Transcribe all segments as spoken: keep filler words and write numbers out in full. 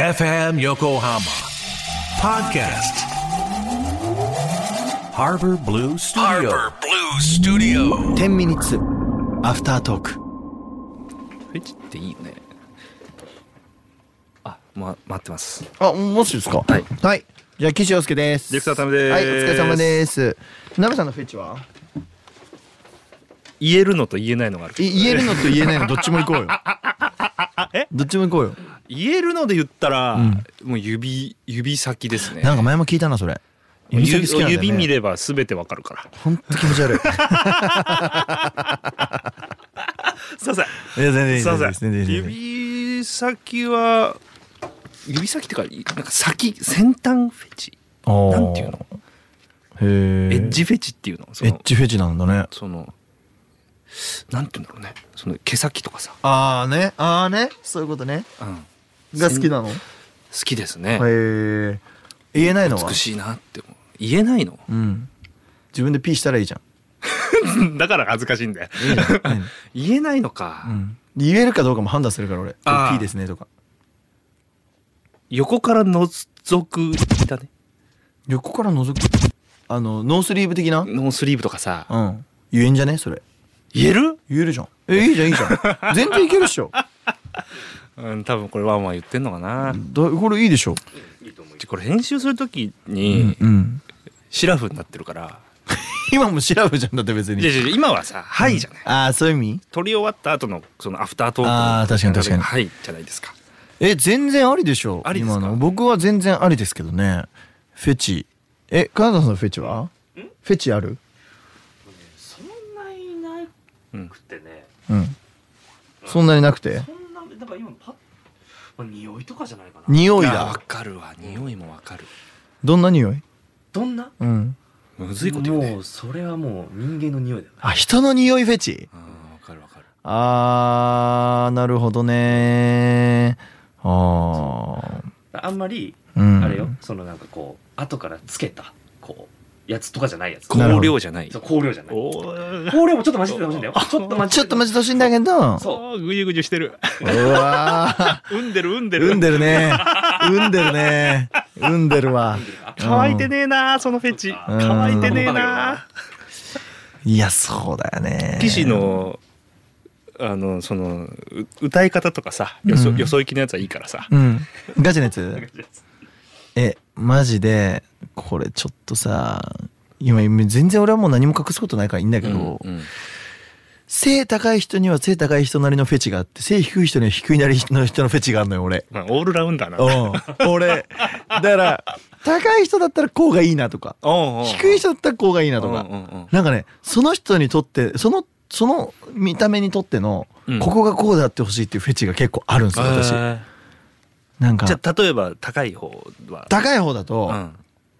エフエム Yokohama Podcast Harbor Blue Studio Harbor Blue Studio テンミニッツアフタートーク。 フェチっていいよね。あ、ま、待ってます。 あ、もしですか。 はいはい。じゃあ岸洋介です。 ディレクタータムです。 はい、お疲れ様です。ナベさんのフェチは？ 言えるのと言えないのがある。 い言えるのと言えないのどっちも行こうよ。 え？ どっちも行こうよ。 言えるので言ったら、 うん、 もう指指先ですね。 なんか前も聞いたなそれ。 指指先好きなんだよね。 指見ればすべてわかるから。 ほんと気持ち悪い。 すいません。 いや全然いいすいません。 全然いい。 指先は指先ってかなんか先先端フェチ。なんていうの？ へえ。 エッジフェチっていうの？そのエッジフェチなんだね。 そのなんていうんだろうね。その毛先とかさ。 あーね、あーね、そういうことね。 うん。 が好きなの？ 好きですね。 へえ。言えないのは？ 美しいなって思う。言えないの？ うん。自分で P したらいいじゃん。 だから恥ずかしいんだよ。 いいじゃん。 言えないのか、 うん。言えるかどうかも判断するから俺。 あー P ですねとか。 横から覗くだね。 横から覗く。あのノースリーブ的な？ ノースリーブとかさ、 うん。言えんじゃねそれ。 言える？ 言えるじゃん。え、いいじゃんいいじゃん。全然いけるっしょ。 うん、多分これワンワン言ってんのかな。 だこれいいでしょ。 これ編集するときに、 うん。 シラフになってるから。 今も調べじゃんだって別に。 いやいや今はさ、はいじゃない。 ああそういう意味？ 撮り終わった後のそのアフタートーク。 あー確かに確かにはいじゃないですか。 え、全然ありでしょ。 ありですか？ 今の僕は全然ありですけどね。フェチ。え、カナダさんのフェチは？フェチある？ そんなになくてね、 うん。そんなになくて？ そんなだから今パッ、まあ、匂いとかじゃないかな。 いや匂いだ。 わかるわ。匂いもわかる。 どんな匂い？ どんな？ うん。 むずいこと言うね。 もうそれはもう人間の匂いだよね。 あ、人の匂いフェチ？ うん、わかるわかる。 あー、なるほどね。あー。 あんまり、 うんあれよ、そのなんかこう後からつけたこうやつとかじゃないやつ。 なるほど香料じゃない。 そう香料じゃない。 おー香料もちょっと混じっててほしいんだよ。ちょっと混じちょっと待ちてほしいんだけど。 そうぐじゅぐじゅしてる。 うわー。 うんでるうんでる。 産んでるね。産んでるね。産んでるわ。 乾いてねえなそのフェチ。乾いてねえな。 いや、そうだよね。 岸のあのそのう歌い方とかさ、よそ、 うんよそ行きのやつはいいからさ。 うん。ガチのやつ？え、マジで、これちょっとさ、今、全然俺はもう何も隠すことないからいいんだけど、 うんうん背高い人には背高い人なりのフェチがあって、背低い人には低いなりの人のフェチがあるのよ、俺。 まあ、オールラウンダーな。 うん。俺。だから、高い人だったらこうがいいなとか、 おうおう低い人だったらこうがいいなとかうんうんうん、 なんかね、その人にとって、その、その見た目にとっての、 うんここがこうであってほしいっていうフェチが結構あるんですよ、私。 えーなんかじゃあ例えば高い方は高い方だと、 うん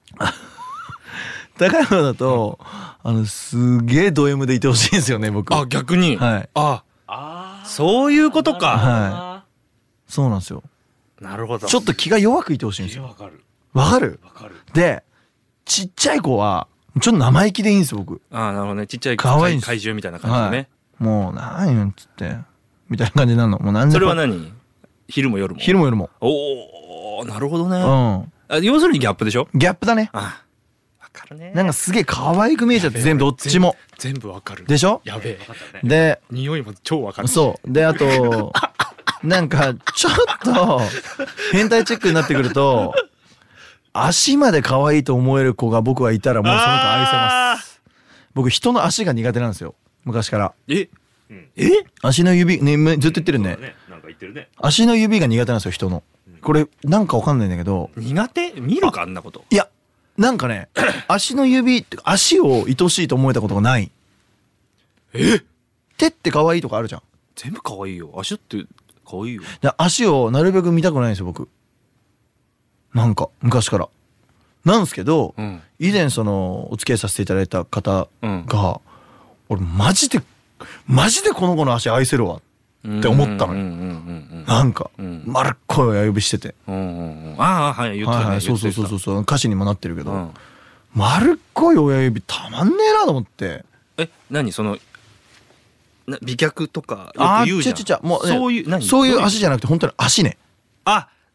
高い方だと、あのすげえド M でいてほしいんですよね、僕。 あ逆に、 はいあああそういうことか。 はそうなんですよ。 なるほど。 ちょっと気が弱くいてほしいんですよ。 いやわかるわかる？ わかる。 で、ちっちゃい子はちょっと生意気でいいんですよ、僕。 あなるほどね。ちっちゃい可愛いんです怪獣みたいな感じでね、 はい、もうなんやんつってみたいな感じになるの。もうなんでそれは何？昼も夜も。 昼も夜も。 おおなるほどね。 うん。 あ要するにギャップでしょ。 ギャップだね。 あわかるね。 なんかすげえ可愛く見えちゃって、全部どっちも。 全部わかる。 でしょ？ やべえ。 わかったね。 で、 匂いも超わかる。 そう。で、あと、なんか、ちょっと、変態チックになってくると、足まで可愛いと思える子が僕はいたら、もうその子愛せます。僕、人の足が苦手なんですよ。昔から。 えうんえ足の指、ね、ずっと言ってるそうね。 だねなんか言ってるね。 足の指が苦手なんですよ、人の。これ、なんかわかんないんだけど、 苦手見るかあんなこと。 いや、なんかね、足の指って、足を愛しいと思えたことがない。 え手って可愛いとかあるじゃん。 全部可愛いよ。足って可愛いよ。 で足をなるべく見たくないんですよ、僕。なんか、昔から。なんですけど、 うん以前その、お付き合いさせていただいた方うんが、俺マジで、マジでこの子の足愛せるわ。って思ったのようんうんうんなんか、 うん丸っこい親指してて。 うんうんうん。ああはい言ってたね。 はいはい、そうそうそうそうう。 そう、歌詞にもなってるけど、 うん丸っこい親指たまんねえなと思って。 え何そのな美脚とかよあーく言うじゃん。 ちゃちゃちゃもうねそういう何そういうど足じゃなくて本当に足ね。 あ何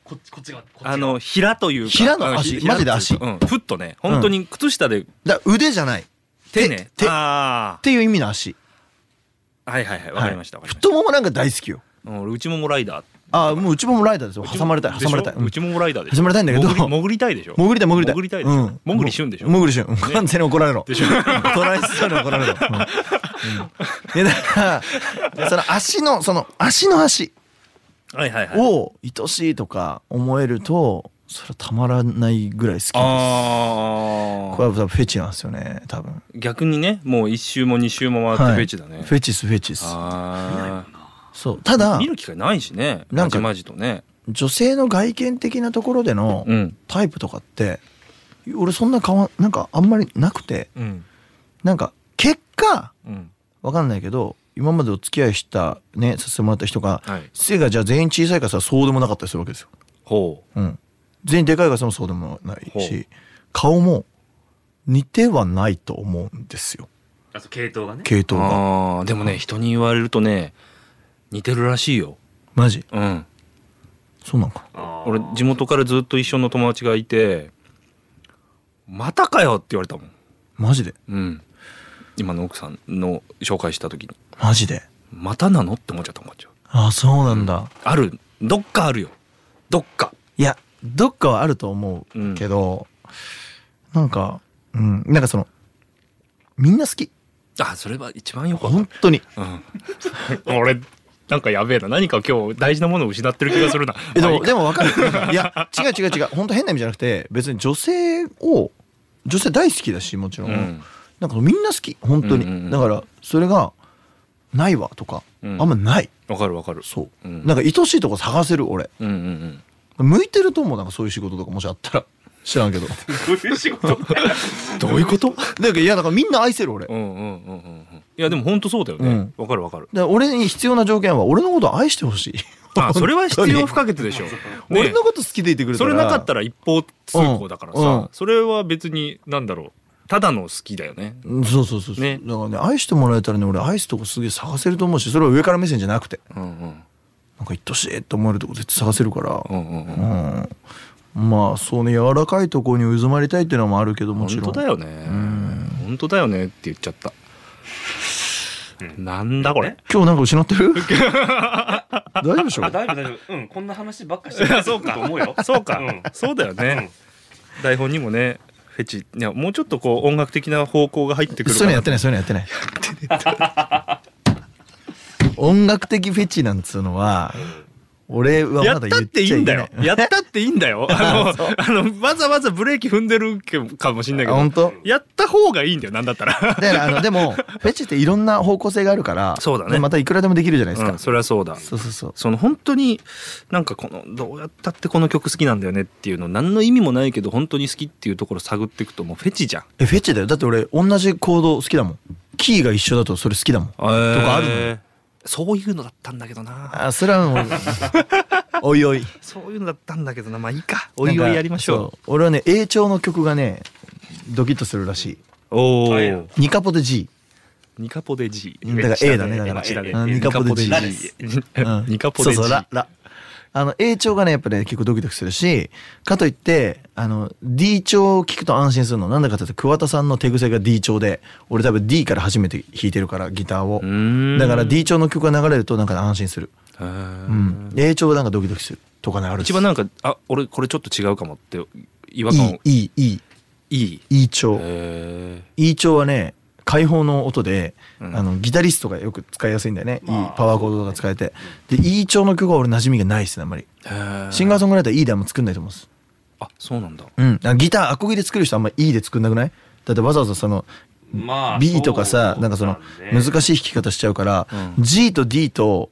こっちこっち側こっち側あの平というか平の足うんひマジで足うんふっとね本当に靴下でだ腕じゃない手ね手っあていう意味の足。 あはいはいはいわかりましたわかりまし太ももなんか大好きよ。 たうん俺内ももライダーあもう内ももライダーですよ。挟まれたい挟まれたい。うん内ももライダーでしょ挟まれたいんだけど潜り潜りたいでしょ潜りたい潜りたい潜りたいでしょうん潜りしゅんでしょ潜りしゅん完全に怒られろ。 でしょトライストに怒られろ。うんうんいやだからその足のその足の足はいはいはいを愛しいとか思えるとそれはたまらないぐらい好きです。こあれは多分フェチなんですよね多分。 逆にねもう一周も二周も回ってフェチだね、 はいフェチっすフェチっす。 あそうただあ見る機会ないしねなんかまじまじとね女性の外見的なところでのうんタイプとかって俺そんな変わなんかあんまりなくてうんなんか結果うんわかんないけど今までお付き合いしたねさせてもらった人がはい背がじゃあ全員小さいかさそうでもなかったりするわけですよ。 ほうん、全員でかいかさもそうでもないほうし顔も似てはないと思うんですよあそう系統がねう系統が。 ああでもね人に言われるとね似てるらしいよマジうんそうなんか。 あー俺地元からずっと一緒の友達がいてまたかよって言われたもんマジでうん今の奥さんの紹介した時にマジでまたなのって思っちゃった思っちゃうあそうなんだ。 あるどっかあるよどっかいやどっかはあると思うけど、なんかうんなんかそのみんな好きあそれは一番よくわかる本当に。 うん俺なんかやべえな何か今日大事なものを失ってる気がするなえでもまあいいかでも分かる。なんかいや違う違う違う本当変な意味じゃなくて別に女性を女性大好きだしもちろん、 うんなんかみんな好き本当に、 うんうんうんだからそれがないわとか、 うんあんまない。 わかるわかるそう、 うんなんか愛しいとこ探せる俺うんうんうん向いてると思う。なんかそういう仕事とかもしあったら知らんけどどういう仕事どういうことだけどいやだからみんな愛せる俺、 うんうんうんうんうんいやでも本当そうだよねうんわかるわかるで俺に必要な条件は俺のことを愛してほしい。 あそれは必要不可欠でしょ俺のこと好きでいてくれたそられなかったら一方通行だからさ、 うんうんそれは別になんだろうただの好きだよねうんそうそうそうそう、 ねだからね愛してもらえたらね俺愛すとこすげえ探せると思うしそれは上から目線じゃなくてうんうんなんか愛しいって思えるとこ絶対探せるからうんうんうんうん、まあそうね柔らかいところにうずまりたいっていうのもあるけどもちろん本当だよね本当だよねって言っちゃったなんだこれ今日なんか失ってる大丈夫でしょあ大丈夫大丈夫うんこんな話ばっかしてるそうかと思うよそうか、 うんそうだよね、台本にもねフェチいやもうちょっとこう音楽的な方向が入ってくるそういうのやってないそういうのやってない音楽的フェチなんつうのは俺はやったっまだ言っちゃていいんだよけないやったっていいんだよあのあのわざわざブレーキ踏んでるかもしんないけどあ本当やった方がいいんだよなんだったらだからあのでもフェチっていろんな方向性があるからそうだねまたいくらでもできるじゃないですか、 うん、それはそうだそうそうそうその本当になんかこのどうやったってこの曲好きなんだよねっていうの何の意味もないけど本当に好きっていうところ探っていくともうフェチじゃんえフェチだよだって俺同じコード好きだもんキーが一緒だとそれ好きだもんとかとかあるのよそういうのだったんだけどなあそれはもうおいおいそういうのだったんだけどなまあいいかおいおいやりましょうなんかそう俺はね A 調の曲がねドキッとするらしいおはいおニカポで G ニカポで G だから A だねだからこちらでうんニカポで G ラですうんニカポでそう G そうララあの A 調がねやっぱね結構ドキドキするしかといってあの D 調を聞くと安心するのなんだかっていうと桑田さんの手癖が D 調で俺多分 D から初めて弾いてるからギターをーんだから D 調の曲が流れるとなんか安心するへーうんで A 調はなんかドキドキするとかねある一番なんかあ俺これちょっと違うかもって違和感をいいいいいいいい E 調へ E 調はね開放の音で、 うんあのギタリストがよく使いやすいんだよねいいパワーコードとか使えてで E 調の曲は俺馴染みがないですねあんまりえシンガーソングライター E であんま作んないと思うんですあそうなんだうんあギターアコギで作る人あんま E で作んなくないだってわざわざそのまあ B とかさそうなんかそのなんね難しい弾き方しちゃうから、 うん G と D と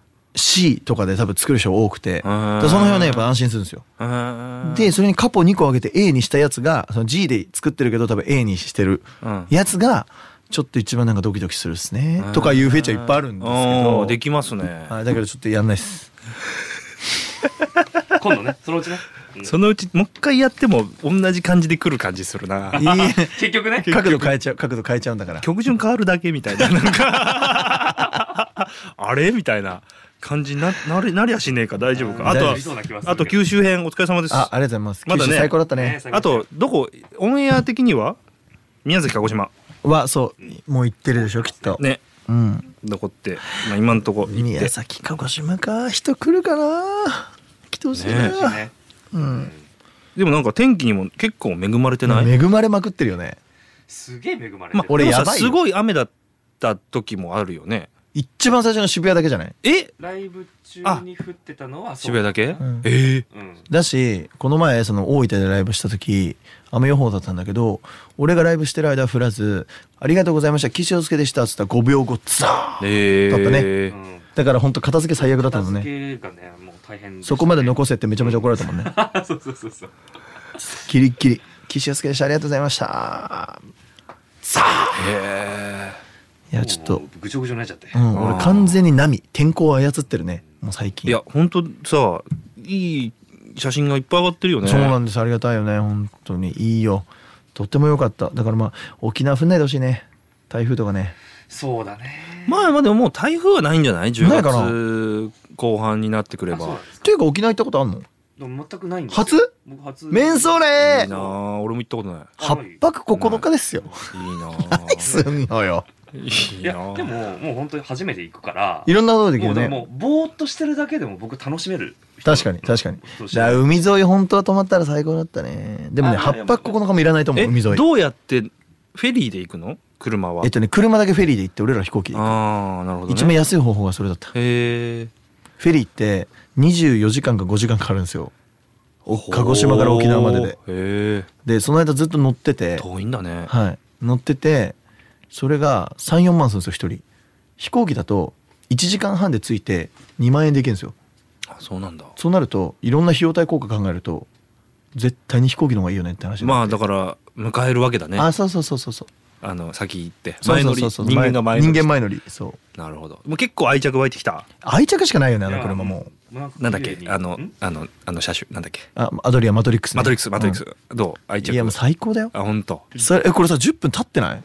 C とかで多分作る人が多くてだからその辺はねやっぱ安心するんですよへーでそれにカポにこ上げて A にしたやつがその G で作ってるけど多分 A にしてるうんやつがちょっと一番なんかドキドキするっすねとかいうフェチはいっぱいあるんですけあどーできますねはいだけどちょっとやんないっす今度ねそのうちねうんそのうちもう一回やっても同じ感じで来る感じするないい結局ね角度変えちゃう角度変えちゃうんだから曲順変わるだけみたいななんかあれみたいな感じに な, な, れなりゃしねえか大丈夫か。あとは大丈夫そうな気はするあと九州編お疲れ様です。 あ、ありがとうございます。 まだね九州最高だったねね。 あとどこオンエア的には宮崎鹿児島はそうもう行ってるでしょきっと。 ねうん。 残って、まあ、今んとこ行って宮崎鹿児島か人来るかな。来てほしいな。 ねね。 うん。 でもなんか天気にも結構恵まれてない？ 恵まれまくってるよね。 すげえ恵まれてる。 まあ、でもさ俺やばいよすごい雨だった時もあるよね。 一番最初の渋谷だけじゃない？ えライブ中に降ってたのはそう渋谷だけ、 んええうん。 だしこの前その大分でライブした時雨予報だったんだけど俺がライブしてる間は降らずありがとうございました岸洋介でしたっつったらごびょうごザーええだったねうん。 だから本当片付け最悪だったもんね。 片付けがねもう大変でしたね。 そこまで残せってめちゃめちゃ怒られたもんね。 そうそうそうそう。 キリッキリ岸洋介でしたありがとうございましたさあへいやちょっともうぐちょぐちょになっちゃって。 うん俺完全に波天候を操ってるねもう最近。 えいやほんとさいい写真がいっぱい上がってるよね。 そうなんですありがたいよね本当にいいよとっても良かった。だからまあ沖縄降んないでほしいね台風とかね。 そうだね。 まあまあでももう台風はないんじゃない？じゅうないかな月後半になってくれば。 あそうなんですか。 っていうか沖縄行ったことあんの？ でも全くないんですよ。 初？ 僕初。 メンソーいレいなあ俺も行ったことない。 はっぱくここのかですよ。 いいなあ何すんのよ。 いいいなあやでももう本当に初めて行くから。 いろんなことできるね。 もうでももうぼーっとしてるだけでも僕楽しめる。 確かに確かに。 そうじゃあ海沿い本当は泊まったら最高だったね。でもねあはっぱくここのかもいらないと思うえ海沿い。 どうやってフェリーで行くの？車は。 えっとね車だけフェリーで行って俺ら飛行機で行く。 ああなるほどね。 一番安い方法がそれだった。 へえ。 フェリーってにじゅうよじかんかごじかんかかるんですよ。お鹿児島から沖縄までで。 へえ。 でその間ずっと乗ってて、 遠いんだね。 はい乗っててそれがさんよんまんするんですよ一人。飛行機だといちじかんはんで着いてにまんえんで行けるんですよ。 あそうなんだ。 そうなるといろんな費用対効果考えると絶対に飛行機の方がいいよねって話にまなって。 あだから迎えるわけだね。 あそうそうそうそうそうあの先行ってそう前乗りそうそうそう人間が前乗り。 人間前乗りそうなるほど。もう結構愛着湧いてきた。 愛着しかないよねあのいや車もう。 うなんだっけあのんあのあの車種なんだっけ。 あアドリアマトリックスね、 マトリックスマトリックうス、どう愛着。 んいやもう最高だよ。 あ本当。 それえこれさじゅっぷん経ってない？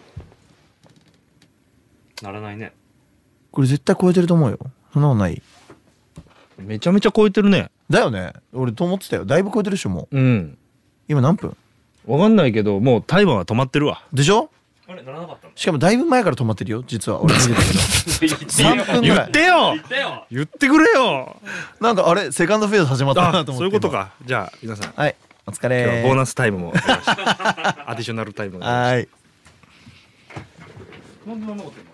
ならないね。 これ絶対超えてると思うよ。そんなことない？ めちゃめちゃ超えてるね。 だよね俺と思ってたよ。だいぶ超えてるでしょもう。 うん。 今何分わかんないけどもうタイマーは止まってるわ。 でしょ？ あれならなかったの？ しかもだいぶ前から止まってるよ実は俺見てたけどさんぷんぐ言らいってよ言ったよ。 言ってくれよ。 なんかあれセカンドフェーズ始まったなあと思って。 そういうことか。じゃあ皆さんはいお疲今日はれボーナスタイムもありましたアディショナルタイムがありました。 はいなんでそんなこと言うの